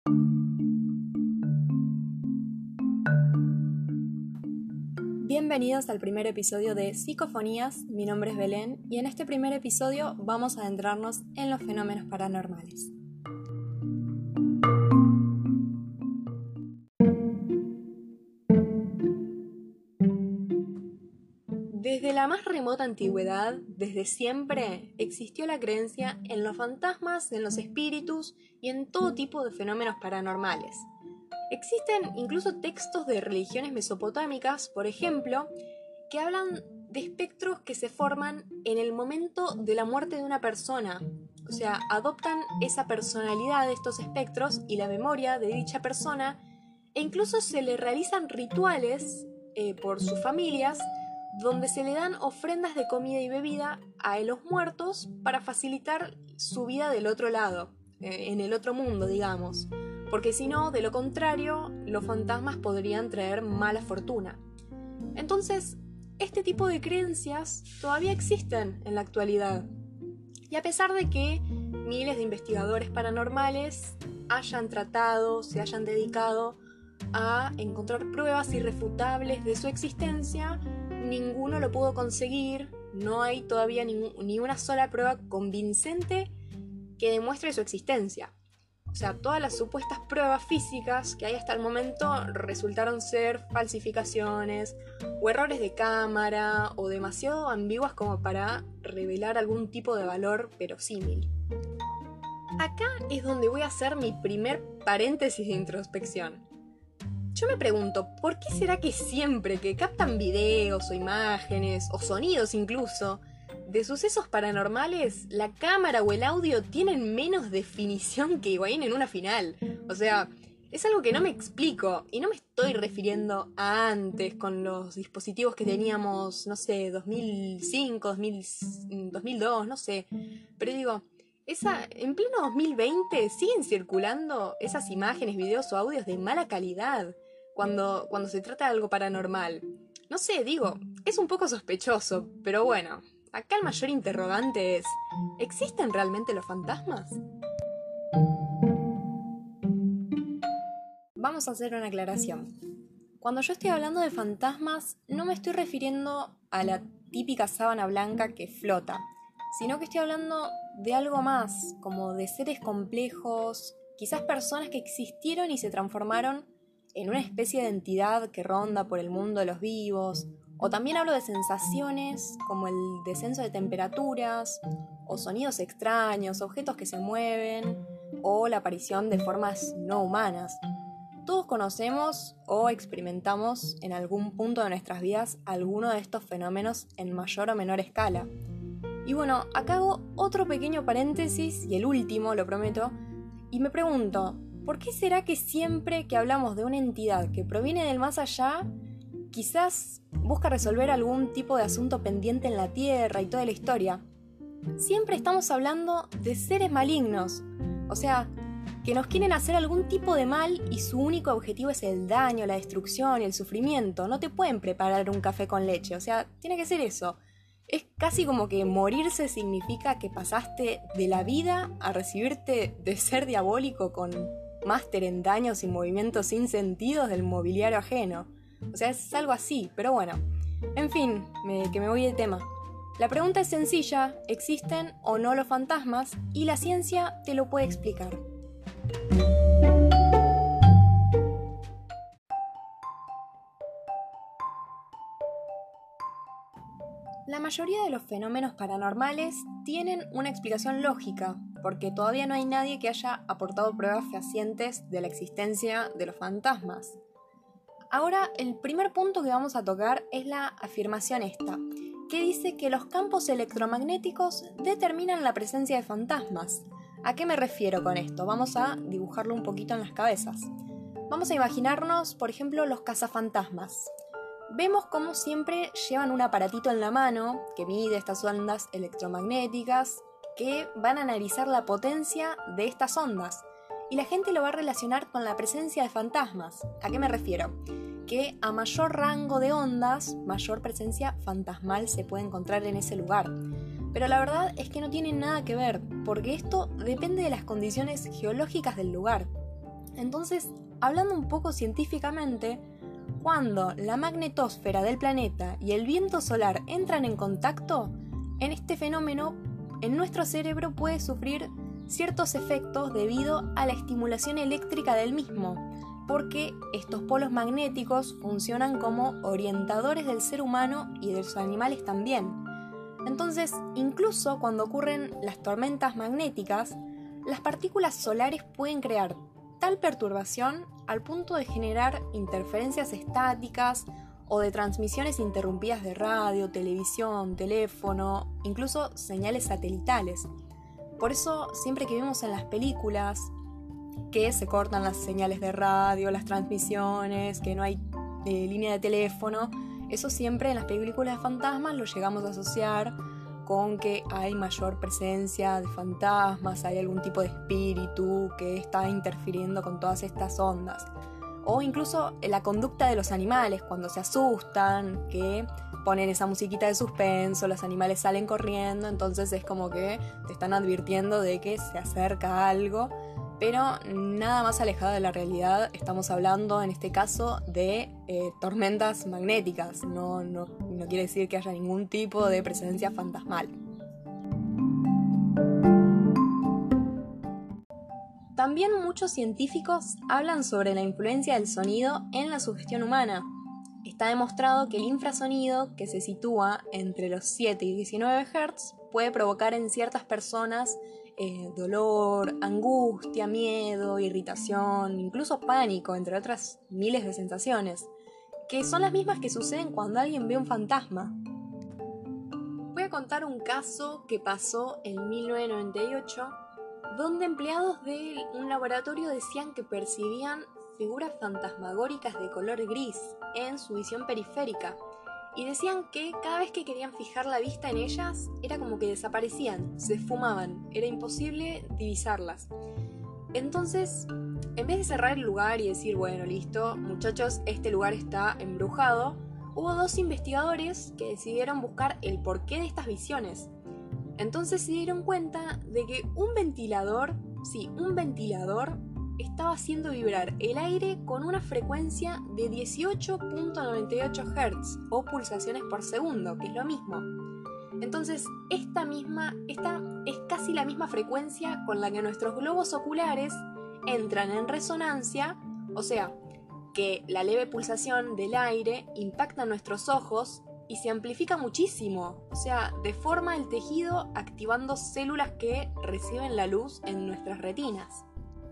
Bienvenidos al primer episodio de Psicofonías, mi nombre es Belén y en este primer episodio vamos a adentrarnos en los fenómenos paranormales. Desde la más remota antigüedad, desde siempre, existió la creencia en los fantasmas, en los espíritus y en todo tipo de fenómenos paranormales. Existen incluso textos de religiones mesopotámicas, por ejemplo, que hablan de espectros que se forman en el momento de la muerte de una persona. O sea, adoptan esa personalidad de estos espectros y la memoria de dicha persona, e incluso se le realizan rituales por sus familias, donde se le dan ofrendas de comida y bebida a los muertos para facilitar su vida del otro lado, en el otro mundo, digamos. Porque si no, de lo contrario, los fantasmas podrían traer mala fortuna. Entonces, este tipo de creencias todavía existen en la actualidad. Y a pesar de que miles de investigadores paranormales hayan tratado, se hayan dedicado a encontrar pruebas irrefutables de su existencia, ninguno lo pudo conseguir. No hay todavía ni una sola prueba convincente que demuestre su existencia. O sea, todas las supuestas pruebas físicas que hay hasta el momento resultaron ser falsificaciones o errores de cámara o demasiado ambiguas como para revelar algún tipo de valor verosímil. Acá es donde voy a hacer mi primer paréntesis de introspección. Yo me pregunto, ¿por qué será que siempre que captan videos o imágenes o sonidos incluso de sucesos paranormales, la cámara o el audio tienen menos definición que Higuaín en una final? O sea, es algo que no me explico, y no me estoy refiriendo a antes con los dispositivos que teníamos, no sé, 2005, 2002, no sé, pero digo, en pleno 2020 siguen circulando esas imágenes, videos o audios de mala calidad cuando se trata de algo paranormal. No sé, digo, es un poco sospechoso, pero bueno. Acá el mayor interrogante es, ¿existen realmente los fantasmas? Vamos a hacer una aclaración. Cuando yo estoy hablando de fantasmas, no me estoy refiriendo a la típica sábana blanca que flota, sino que estoy hablando de algo más, como de seres complejos, quizás personas que existieron y se transformaron en una especie de entidad que ronda por el mundo de los vivos. O también hablo de sensaciones como el descenso de temperaturas, o sonidos extraños, objetos que se mueven, o la aparición de formas no humanas. Todos conocemos o experimentamos en algún punto de nuestras vidas alguno de estos fenómenos en mayor o menor escala. Y bueno, acá hago otro pequeño paréntesis, y el último, lo prometo, y me pregunto, ¿por qué será que siempre que hablamos de una entidad que proviene del más allá, quizás busca resolver algún tipo de asunto pendiente en la Tierra y toda la historia? Siempre estamos hablando de seres malignos, o sea, que nos quieren hacer algún tipo de mal y su único objetivo es el daño, la destrucción y el sufrimiento. No te pueden preparar un café con leche, o sea, tiene que ser eso. Es casi como que morirse significa que pasaste de la vida a recibirte de ser diabólico con máster en daños y movimientos sin sentidos del mobiliario ajeno. O sea, es algo así, pero bueno. En fin, que me voy de tema. La pregunta es sencilla, ¿existen o no los fantasmas? Y la ciencia te lo puede explicar. La mayoría de los fenómenos paranormales tienen una explicación lógica, porque todavía no hay nadie que haya aportado pruebas fehacientes de la existencia de los fantasmas. Ahora, el primer punto que vamos a tocar es la afirmación esta, que dice que los campos electromagnéticos determinan la presencia de fantasmas. ¿A qué me refiero con esto? Vamos a dibujarlo un poquito en las cabezas. Vamos a imaginarnos, por ejemplo, los cazafantasmas. Vemos cómo siempre llevan un aparatito en la mano que mide estas ondas electromagnéticas, que van a analizar la potencia de estas ondas. Y la gente lo va a relacionar con la presencia de fantasmas. ¿A qué me refiero? Que a mayor rango de ondas, mayor presencia fantasmal se puede encontrar en ese lugar. Pero la verdad es que no tiene nada que ver, porque esto depende de las condiciones geológicas del lugar. Entonces, hablando un poco científicamente, cuando la magnetosfera del planeta y el viento solar entran en contacto, en este fenómeno, en nuestro cerebro puede sufrir ciertos efectos debido a la estimulación eléctrica del mismo, porque estos polos magnéticos funcionan como orientadores del ser humano y de los animales también. Entonces, incluso cuando ocurren las tormentas magnéticas, las partículas solares pueden crear tal perturbación al punto de generar interferencias estáticas o de transmisiones interrumpidas de radio, televisión, teléfono, incluso señales satelitales. Por eso, siempre que vemos en las películas que se cortan las señales de radio, las transmisiones, que no hay línea de teléfono, eso siempre en las películas de fantasmas lo llegamos a asociar con que hay mayor presencia de fantasmas, hay algún tipo de espíritu que está interfiriendo con todas estas ondas. O incluso la conducta de los animales cuando se asustan, que ponen esa musiquita de suspenso, los animales salen corriendo, entonces es como que te están advirtiendo de que se acerca algo, pero nada más alejado de la realidad. Estamos hablando en este caso de tormentas magnéticas, no quiere decir que haya ningún tipo de presencia fantasmal. También muchos científicos hablan sobre la influencia del sonido en la sugestión humana. Está demostrado que el infrasonido, que se sitúa entre los 7 y 19 Hz, puede provocar en ciertas personas dolor, angustia, miedo, irritación, incluso pánico, entre otras miles de sensaciones, que son las mismas que suceden cuando alguien ve un fantasma. Voy a contar un caso que pasó en 1998, donde empleados de un laboratorio decían que percibían figuras fantasmagóricas de color gris en su visión periférica, y decían que cada vez que querían fijar la vista en ellas era como que desaparecían, se esfumaban, era imposible divisarlas. Entonces, en vez de cerrar el lugar y decir, bueno, listo, muchachos, este lugar está embrujado, hubo 2 investigadores que decidieron buscar el porqué de estas visiones. Entonces se dieron cuenta de que un ventilador estaba haciendo vibrar el aire con una frecuencia de 18.98 Hz o pulsaciones por segundo, que es lo mismo. Entonces, esta es casi la misma frecuencia con la que nuestros globos oculares entran en resonancia, o sea, que la leve pulsación del aire impacta nuestros ojos y se amplifica muchísimo, o sea, deforma el tejido activando células que reciben la luz en nuestras retinas.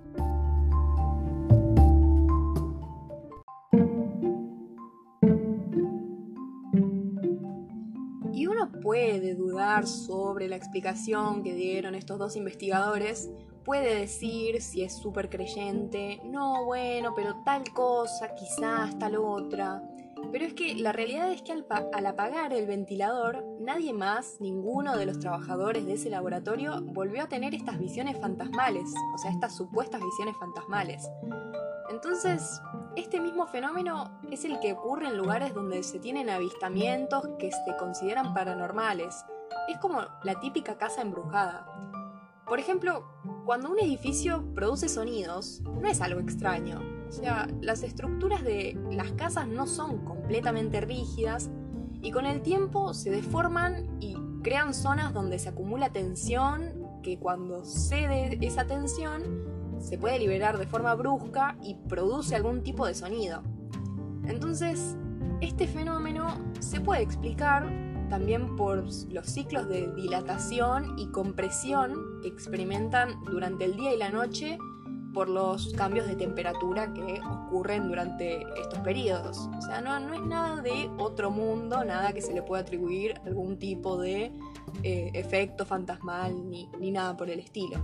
Y uno puede dudar sobre la explicación que dieron estos 2 investigadores, puede decir si es súper creyente, no, bueno, pero tal cosa, quizás tal otra. Pero es que la realidad es que al apagar el ventilador, nadie más, ninguno de los trabajadores de ese laboratorio volvió a tener estas visiones fantasmales, o sea, estas supuestas visiones fantasmales. Entonces, este mismo fenómeno es el que ocurre en lugares donde se tienen avistamientos que se consideran paranormales. Es como la típica casa embrujada. Por ejemplo, cuando un edificio produce sonidos, no es algo extraño. O sea, las estructuras de las casas no son completamente rígidas y con el tiempo se deforman y crean zonas donde se acumula tensión que cuando cede esa tensión se puede liberar de forma brusca y produce algún tipo de sonido. Entonces, este fenómeno se puede explicar también por los ciclos de dilatación y compresión que experimentan durante el día y la noche por los cambios de temperatura que ocurren durante estos periodos. O sea, no es nada de otro mundo, nada que se le pueda atribuir algún tipo de efecto fantasmal ni nada por el estilo.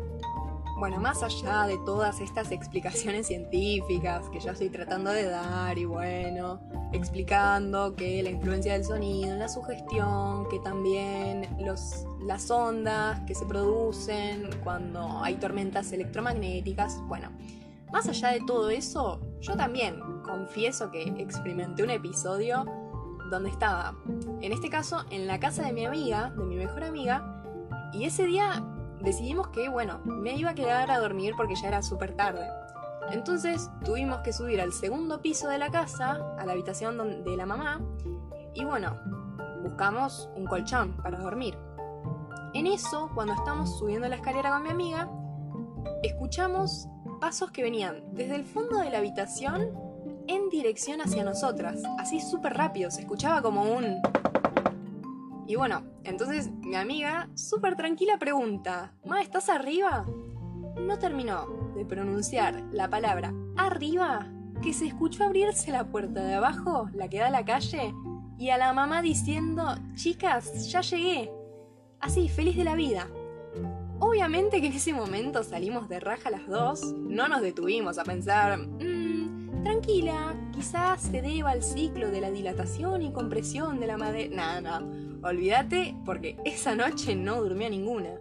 Bueno, más allá de todas estas explicaciones científicas que yo estoy tratando de dar y bueno, explicando que la influencia del sonido en la sugestión, que también las ondas que se producen cuando hay tormentas electromagnéticas, bueno, más allá de todo eso, yo también confieso que experimenté un episodio donde estaba, en este caso, en la casa de mi amiga, de mi mejor amiga, y ese día decidimos que, bueno, me iba a quedar a dormir porque ya era súper tarde. Entonces tuvimos que subir al segundo piso de la casa, a la habitación de la mamá, y bueno, buscamos un colchón para dormir. En eso, cuando estamos subiendo la escalera con mi amiga, escuchamos pasos que venían desde el fondo de la habitación en dirección hacia nosotras, así súper rápido, se escuchaba como un... Y bueno, entonces mi amiga, súper tranquila, pregunta: ¿Ma, estás arriba? No terminó de pronunciar la palabra arriba, que se escuchó abrirse la puerta de abajo, la que da a la calle, y a la mamá diciendo: chicas, ya llegué. Así, feliz de la vida. Obviamente que en ese momento salimos de raja las dos, no nos detuvimos a pensar, tranquila, quizás se deba al ciclo de la dilatación y compresión de la madera. No, olvídate, porque esa noche no durmió ninguna.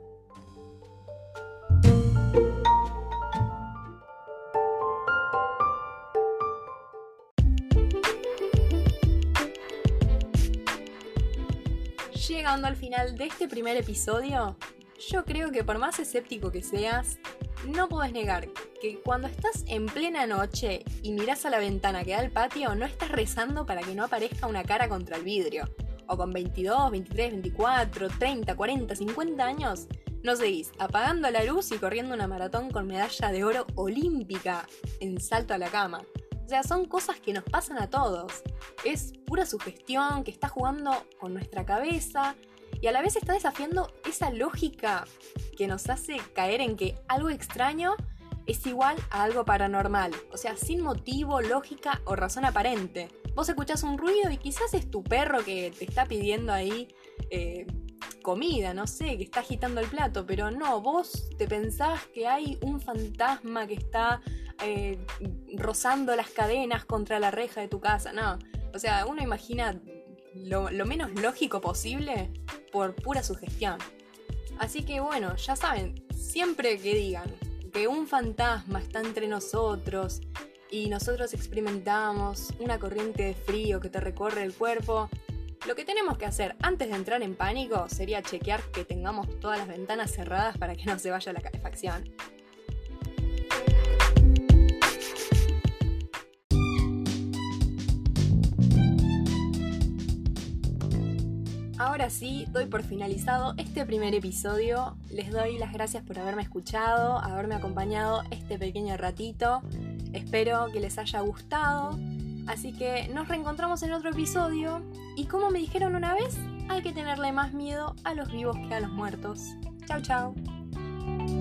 Llegando al final de este primer episodio, yo creo que por más escéptico que seas, no podés negar que cuando estás en plena noche y mirás a la ventana que da al patio, no estás rezando para que no aparezca una cara contra el vidrio. O con 22, 23, 24, 30, 40, 50 años, no seguís apagando la luz y corriendo una maratón con medalla de oro olímpica en salto a la cama. O sea, son cosas que nos pasan a todos. Es pura sugestión que está jugando con nuestra cabeza y a la vez está desafiando esa lógica que nos hace caer en que algo extraño es igual a algo paranormal. O sea, sin motivo, lógica o razón aparente. Vos escuchás un ruido y quizás es tu perro que te está pidiendo ahí comida, no sé, que está agitando el plato, pero no, vos te pensás que hay un fantasma que está rozando las cadenas contra la reja de tu casa, no. O sea, uno imagina lo menos lógico posible por pura sugestión. Así que bueno, ya saben, siempre que digan que un fantasma está entre nosotros y nosotros experimentamos una corriente de frío que te recorre el cuerpo, lo que tenemos que hacer antes de entrar en pánico sería chequear que tengamos todas las ventanas cerradas para que no se vaya la calefacción. Ahora sí, doy por finalizado este primer episodio. Les doy las gracias por haberme escuchado, haberme acompañado este pequeño ratito. Espero que les haya gustado. Así que nos reencontramos en otro episodio. Y como me dijeron una vez, hay que tenerle más miedo a los vivos que a los muertos. Chau, chau.